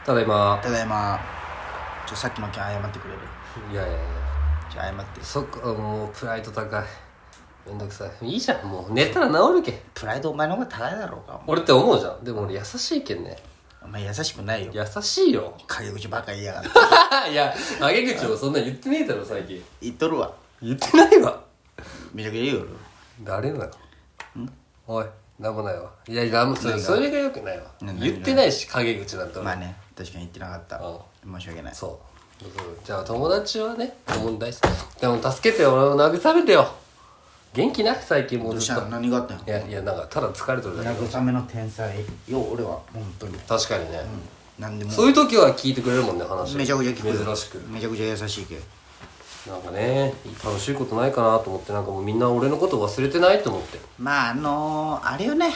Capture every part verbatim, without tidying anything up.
ただいま。 ただいま。ちょさっきの件謝ってくれる？ いやいやいや、 じゃあ謝って。 そっか、もうプライド高い、めんどくさい。いいじゃん、もう寝たら治るけん。 プライドお前の方が高いだろうか。 俺って思うじゃん。でも俺優しいけんね。 お前優しくないよ。 優しいよ。 陰口ばっか言いやがっていや、陰口もそんな言ってねえだろ最近。 言っとるわ。 言ってないわ。 めちゃくちゃ言うよ。 誰なの？おい、なんもないわ。いや、なんもそれ、それがよくないわ。 何言ってないし、陰口なんて俺。 まあね、確かに言ってなかった。 うん申し訳ない。 そうじゃあ友達はね問題しでも助けてよ、俺を慰めてよ。元気な最近もうどうしたずっと。 の？何があったの？ いやいや、なんかただ疲れてるだけ。 慰めの天才よ、俺は本当に。 確かにね、 うん、なんでもそういう時は聞いてくれるもんね、話。 めちゃくちゃ聞くよ。 珍しく。 めちゃくちゃ優しいけ。 なんかね、楽しいことないかなと思って、なんかもうみんな俺のこと忘れてないと思って。 まああのー、あれよね、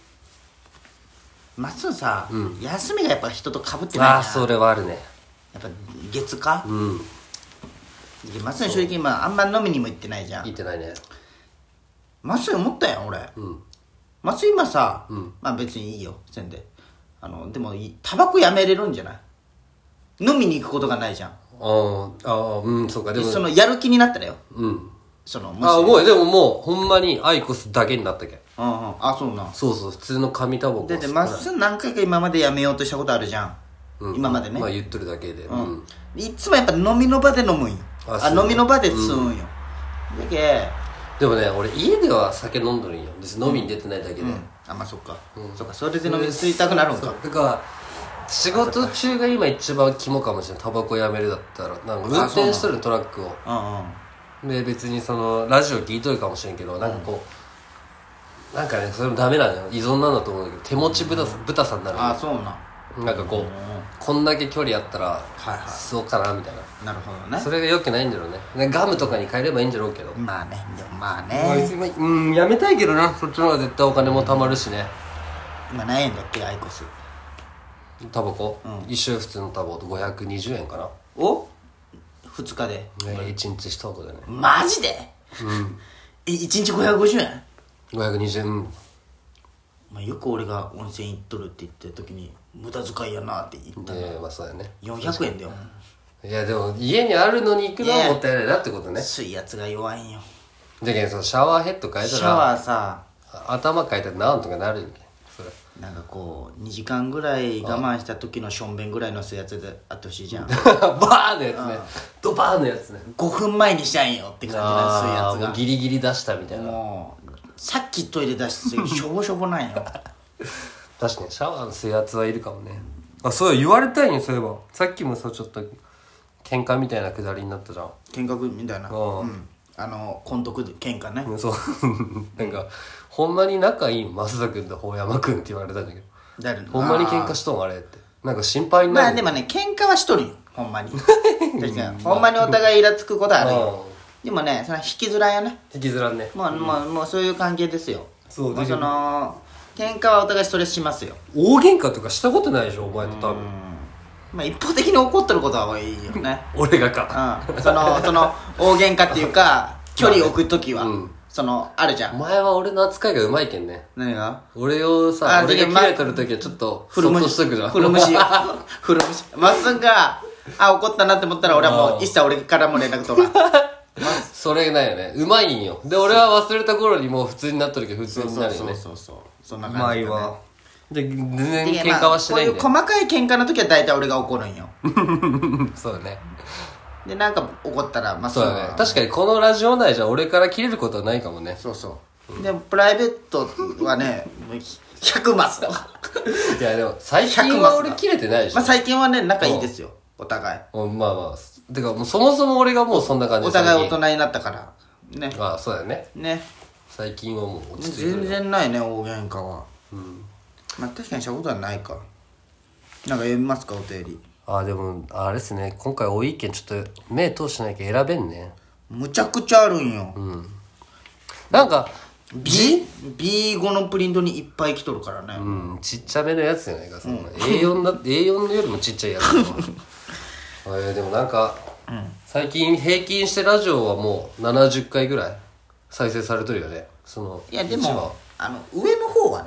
まっすぐさ、 うん、 休みがやっぱ人と被ってないな。 ああ、それはあるね。 やっぱ月か、 うん、 まっすぐ正直今あんま飲みにも行ってないじゃん。 行ってないね。 まっすぐ思ったよ俺。 うん、 まっすぐ今さ、うん、まあ別にいいよせんで、あのでもタバコやめれるんじゃない？飲みに行くことがないじゃん。 ああ、うん、そうか。でもそのやる気になったらよ。 うん、 そのああ、もうでももうほんまにアイコスだけになったけん。 うんうん、あ、そうな。 そうそう、普通の紙タバコ。 だってまっすぐ何回か今までやめようとしたことあるじゃん、うん、今までね。 まあ言っとるだけで、 うん、いつもやっぱ飲みの場で飲むんよ。ああ、飲みの場で吸うんよ、うん、だけでもね、俺家では酒飲んどるんよ。別に飲みに出てないだけで、うんうん、 あ、まあそっか、うん、そっか、それで飲み吸いたくなるんか。 だから仕事中が今一番肝かもしれない。タバコやめるだったらなんか運転しとるトラックを、うんうん、で別にそのラジオ聞いとるかもしれんけど、なんかこう、うん、なんかね、それもダメなんだよ。依存なんだと思うんだけど、手持ち豚さ、うん、豚さんになる。 あ、そうな。 なんかこう、うん、こんだけ距離あったら、はいはい、そうかなみたいな。 なるほどね。 それが良くないんだろうね。ガムとかに変えればいいんだろうけど。 まあね、でもまあね、 うん、やめたいけどな。そっちの方が絶対お金も貯まるしね。 今何円だっけ、アイコスタバコ、うん、一周普通のタバコとごひゃくにじゅうえんかな。 おふつかで、 ね、いちにち一箱でね。 マジで？うんえ、いちにちごひゃくごじゅうえん？ ごひゃくにじゅうえん。 まあ、よく俺が温泉行っとるって言ってる時に無駄遣いやなって言ったの。 いやいや、まあそうだよね。 よんひゃくえんだよ。 いやでも家にあるのに行くのはもったいないなってことね。 水圧が弱いんよ。 じゃけん、そのシャワーヘッド変えたらシャワーさ、 頭変えたらなんとかなるんけん。それなんかこうにじかんぐらい我慢した時のしょんべんぐらいの水圧であってほしいじゃん。 バーンのやつね。ドバーンのやつね。 ごふんまえにしたんよって感じの水圧が。 もうギリギリ出したみたいな。 もうさっきトイレ出してしょぼしょぼなんよ。 確かにシャワーの水圧はいるかもね。あ、そう言われたいん、そういえばさっきもさ、ちょっと喧嘩みたいなくだりになったじゃん。 喧嘩みたいな、うん、あの混得喧嘩ね、 うん、そうなんかほんまに仲いい増田君と法山君って言われたんだけど、誰ほんまに喧嘩しとんあれってなんか心配になる。 まあでもね、喧嘩はしとるよほんまに。確かにほんまにお互いイラつくことあるよ。でもね、その引きずらんやね。 引きずらんね。 もう、うん、もう、もうそういう関係ですよ。 そうだけど、その喧嘩はお互いストレスしますよ。 大喧嘩とかしたことないでしょお前と多分。 まあ一方的に怒ってることは多いよね。 俺がか、 うん、そのその大喧嘩っていうか距離を置くときは、うん、そのあるじゃん。 お前は俺の扱いがうまいけんね。 何が？ 俺をさ、俺が切れてるときはちょっとそっとしとくじゃん。 古虫よ。古虫。まっすぐがあ怒ったなって思ったら俺はもう一切俺からも連絡とか。 それないよね。うまいんよ。で俺は忘れた頃にもう普通になっとるけど普通になるよね。 そうそうそうそう。そんな感じだね。うまいわ。 で全然喧嘩はしないんで、 まあ、こういう細かい喧嘩の時は大体俺が怒るんよ。 そうだね。 でなんか怒ったらまあそうだね。確かにこのラジオ内じゃ俺から切れることはないかもね。 そうそう、うん、でもプライベートはねひゃくマスだわ。 いやでも最近は俺切れてないでしょ。 まあ最近はね仲いいですよ、お互い。 まあまあてかもうそもそも俺がもうそんな感じ。 お互い大人になったからね。 ああそうだよね。 ね、 最近はもう落ち着いてる。 全然ないね大喧嘩は。うん、まあ確かにしたことはないか。なんか読みますかお便り。 ああでもあれっすね、今回多い意見ちょっと目通しなきゃ選べんね。 むちゃくちゃあるんよ。 うん。なんか B? ビーご のプリントにいっぱい来とるからね。 うん、ちっちゃめのやつじゃないか、そんな、うん、エーよん だ エーよん のよりもちっちゃいやつ。えー、でもなんか、うん、最近平均してラジオはもうななじゅっかいぐらい再生されてるよね。そのいやでもあの上の方はね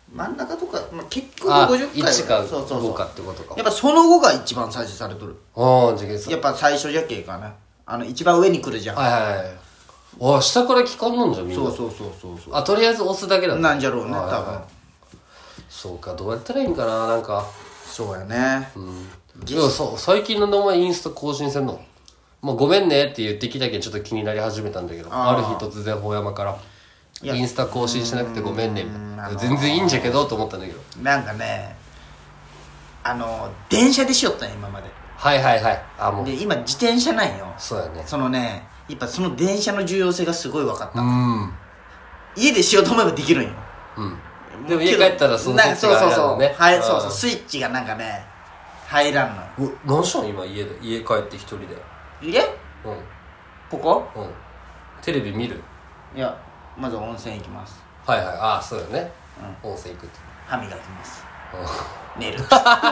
真ん中とか、まあ、結局あごじゅっかいいちかそうそうそうごかってことか。 やっぱその後が一番再生されとる。 ああじゃあやっぱ最初じゃけえかな。あの一番上に来るじゃん。 はいはいはい。あ下から聞かんのんじゃんみんな。 そうそうそうそうそう。 あとりあえず押すだけだったなんじゃろうね多分。 そうか、どうやったらいいんかな。なんかそうやね。 うんでもそう最近の名前インスタ更新せんの。もうごめんねって言ってきたけどちょっと気になり始めたんだけど、ある日突然ほうやまからインスタ更新しなくてごめんねみたいな、全然いいんじゃけどと思ったんだけど、 なんかねあの電車でしよったん今まで。 はいはいはい。あもうで今自転車なんよ。 そうやね。 そのねやっぱその電車の重要性がすごい分かった。 うん家でしようと思えばできるんよ。 うんでも家帰ったらそのスイッチがそうそうそう、 入るのね。 はい、そうそうスイッチがなんかね入らんの。 う何したん今家で家帰って一人で。 家うんここうんテレビ見る。 いやまず温泉行きます。 はいはいああそうよね、温泉行くって歯磨きます寝る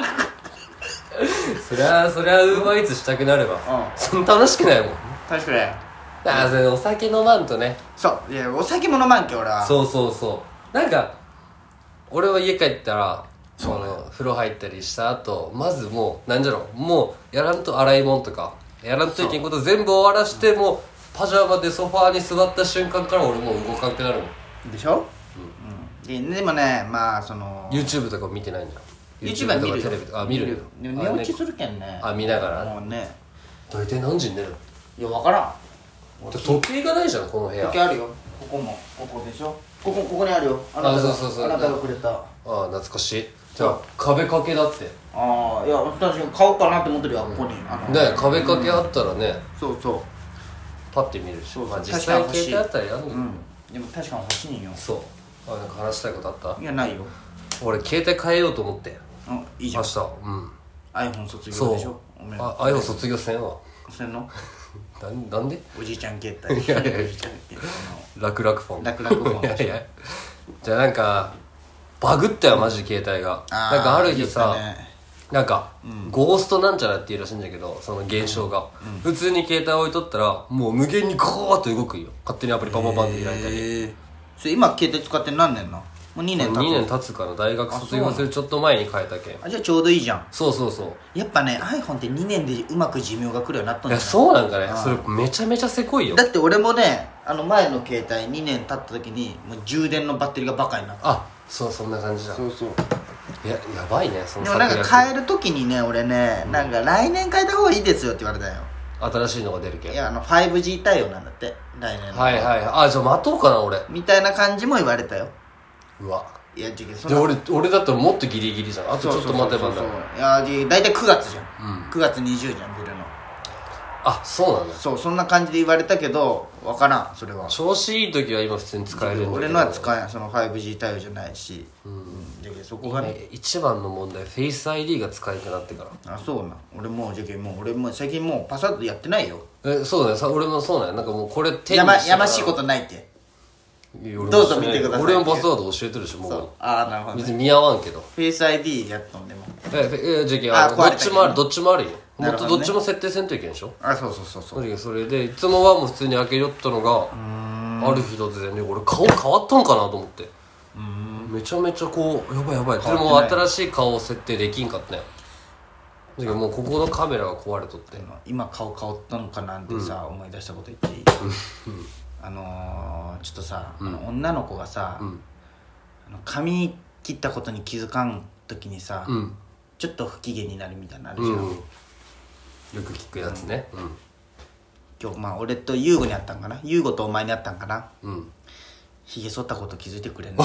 そりゃそりゃウーバーイーツしたくなれば、 うんそんな楽しくないもん。 確かに。 ああそれお酒飲まんとね。 そういやお酒も飲まんけ俺は。 そうそうそうなんか俺は家帰ったらその風呂入ったりした後まずもうなんじゃろもうやらんと洗い物とかやらんといけんこと全部終わらしてもうパジャマでソファーに座った瞬間から俺もう動かんくなるもん。 でしょ、うんうん、で, でもねまあその YouTube とか見てないんじゃん。 YouTube は見るよ。 テレビとかあ見るよ。 でも寝落ちするけんね。 あ見ながらもうね大体何時に寝るの。 いや分からん。 時計がないじゃんこの部屋。 時計あるよ。ここもここでしょ。ここここにあるよ。あなたがあそうそうそうあなたがくれた。 ああ懐かしい。じゃあ壁掛けだって。 ああいや私買おうかなって思ってるよ、うん、ここにあのね壁掛けあったらね、 うん、そうそうパッて見るし、 そうそう、 まあ、実際携帯あったらやるのよ、 うん、でも確かに欲しいんよ。 そうあなんか話したいことあった。 いやないよ。 俺携帯変えようと思ってうんいいじゃん。 明日うん iPhone 卒業でしょ。 そうあ iPhone 卒業せんわ。 せんのなんなんでおじいちゃん携帯いやいやいやおじいちゃん携帯楽々フォン楽々フォンいやいやじゃあなんかバグったよマジ携帯が。 あなんかある日さ、 ね、 なんか、うん、ゴーストなんちゃらっていうらしいんだけどその現象が、うん、普通に携帯置いとったらもう無限にゴーッと動くんよ。勝手にアプリパンパンパンって開いたり。 へそれ今携帯使って何年な。もうにねん経つ。 にねん経つから大学卒業するちょっと前に変えたけん。 あじゃあちょうどいいじゃん。 そうそうそうやっぱね iPhone ってにねんでうまく寿命が来るようになったんだよ。 いやそうなんかね。それめちゃめちゃせこいよ。 だって俺もねあの前の携帯にねん経った時にもう充電のバッテリーがバカになった。 あそうそんな感じだ。 そうそういややばいねそのでもなんか変える時にね俺ね、うん、なんか来年変えた方がいいですよって言われたよ。 新しいのが出るけん。 いやあの ファイブジー 対応なんだって来年の。 はいはいあじゃあ待とうかな俺みたいな感じも言われたよ。 うわいやじゃあ俺俺だったらもっとギリギリじゃん。あとちょっと待てばな。 いや大体くがつじゃん、うん、くがつにじゅうじゃん出るの。 あそうなんだ。 そうそんな感じで言われたけど分からんそれは。 調子いい時は今普通に使えるんだけど俺のは使えん。その ファイブジー 対応じゃないし、うん、じゃけそこがね一番の問題フェイス アイディー が使えなくなってから。 あそうな俺もうじゃけもう俺も最近もうパサッとやってないよ。 えそうだよさ俺もそうなんや。なんかもうこれ手にやまやましいことないってどうぞ見てください。 俺もパスワード教えてるしもう。 そうああなるほど、ね、 別に見合わんけどフェイス アイディー やっとんでもええじゃあどっちもあるどっちもあるよ。もっとどっちも設定せんといけんでしょ。 あそうそうそうそうそれでいつもはもう普通に開けよったのがある日突然ね俺顔変わったんかなと思ってうんめちゃめちゃこうやばいやばいでも新しい顔を設定できんかったよ。だけどもうここのカメラが壊れとって今顔変わったのかなんてさ、うん、思い出したこと言っていいあのー、ちょっとさ、うん、あの女の子がさ、うん、あの髪切ったことに気づかん時にさ、うん、ちょっと不機嫌になるみたいなのあるじゃん、うん、よく聞くやつね、うん、 今日まあ俺と優吾に会ったんかな優吾とお前に会ったんかな、うん、ひげ剃ったこと気づいてくれんの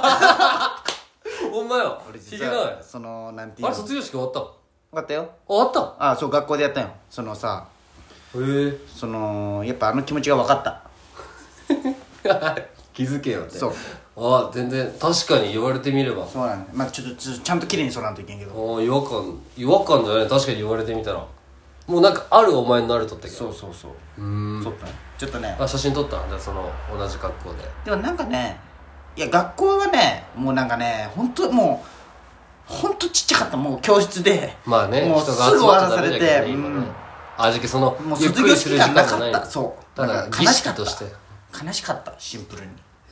お前よ俺実はそのなんていうのあれ卒業式終わった終わったよ。 終わったあそう学校でやったよ。そのさへえそのやっぱあの気持ちが分かった気づけよって。 そうああ全然確かに言われてみればそうなんだ、まあ、ちょっとちゃんと綺麗に剃らんといけんけどああ違和感違和感じゃない確かに言われてみたらもうなんかあるお前になれとったけどそうそうそううん剃ったねちょっとねあ写真撮ったじゃあその同じ格好ででもなんかねいや学校はねもうなんかね本当もう本当ちっちゃかったもう教室でまあねもうすぐ終わらされて、うん、 あじきそのもう卒業式がなかったそうただ儀式として悲しかったシンプルにへ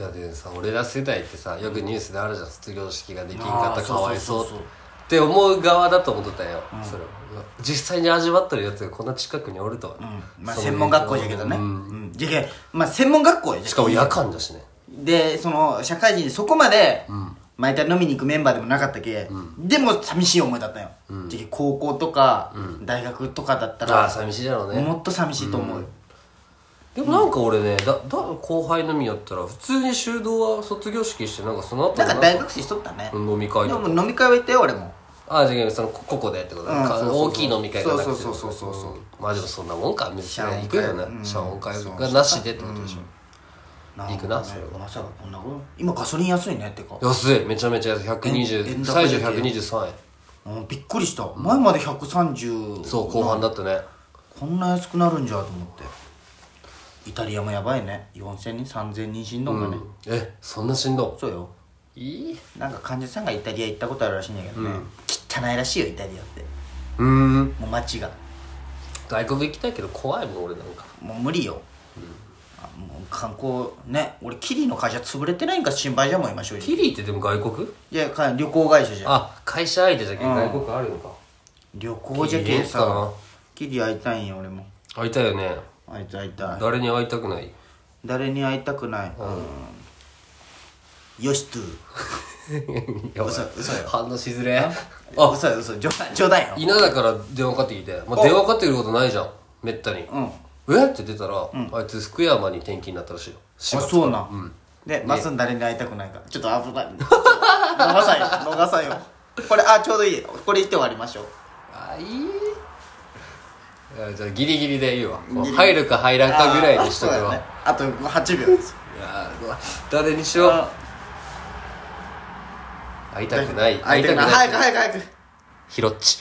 いやでさ俺ら世代ってさよくニュースであるじゃん、卒業式ができんかったかわいそうって思う側だと思ってたよ、うん、それ実際に味わってるやつがこんな近くにおるとは、 うん、まあ専門学校じゃけどね、うんうん、じゃけまあ専門学校やしかも夜間だしね。 でその社会人でそこまで、うん毎回飲みに行くメンバーでもなかったけ、うん、でも寂しい思いだったよ、うん、高校とか、うん、大学とかだったらあ寂しいだろうね、 もっと寂しいと思う、うん、 でもなんか俺ね、だだ後輩飲みやったら普通に修道は卒業式してなんかその後なんか大学生しとったね、 飲み会とか。 でも飲み会は行ったよ俺も。 ああじゃあそのここでってことだ、うん、そうそうそう大きい飲み会がなくて、 そうそうそうそう、うん、 まあでもそんなもんかめっちゃ行くよね、謝恩会がなしでってことでしょ、うん行くな、それは。 まさかこんなこと。今ガソリン安いねってか。 安い、めちゃめちゃ安い。ひゃくにじゅう最初ひゃくにじゅうさんえん。 うん、びっくりした。前までひゃくさんじゅう。 そう後半だったね。 こんな安くなるんじゃと思って。イタリアもやばいね。よんせんにんさんぜんにん死んどんがね、 うん、えそんな死んどん。 そうよ。 いいなんか患者さんがイタリア行ったことあるらしいんだけどね、うん、汚いらしいよイタリアって。 うーんもう街が外国行きたいけど怖いもん俺なんかもう無理よ、うんもう観光ね、俺キリの会社潰れてないんか心配じゃもん今正直。 キリってでも外国？ いや旅行会社じゃん。 あ会社相手じゃけ、うん、外国あるのか。 旅行じゃけさキリ会いたいんよ俺も。 会いたいよね。 会いたい会いたい。 誰に会いたくない？ 誰に会いたくない、うんうん、よしとやばい嘘嘘よ反応しづれあ嘘よ嘘冗談冗談よ。 稲田から電話かかってきて、まあ、電話かかってくることないじゃんめったに。うんえって出たら、うん、あいつ福山に転勤になったらしいよ。 あそうなん、うん、でまっすん誰に会いたくないかちょっと危ない逃さんよ逃さんよこれあちょうどいいこれ言って終わりましょう。 あいいいじゃあギリギリで言うわ入るか入らんかぐらいにしとくわ あ,、ね、 あとはちびょうです。 いや誰にしよう。会いたくない会いたくない早く早く早くひろっち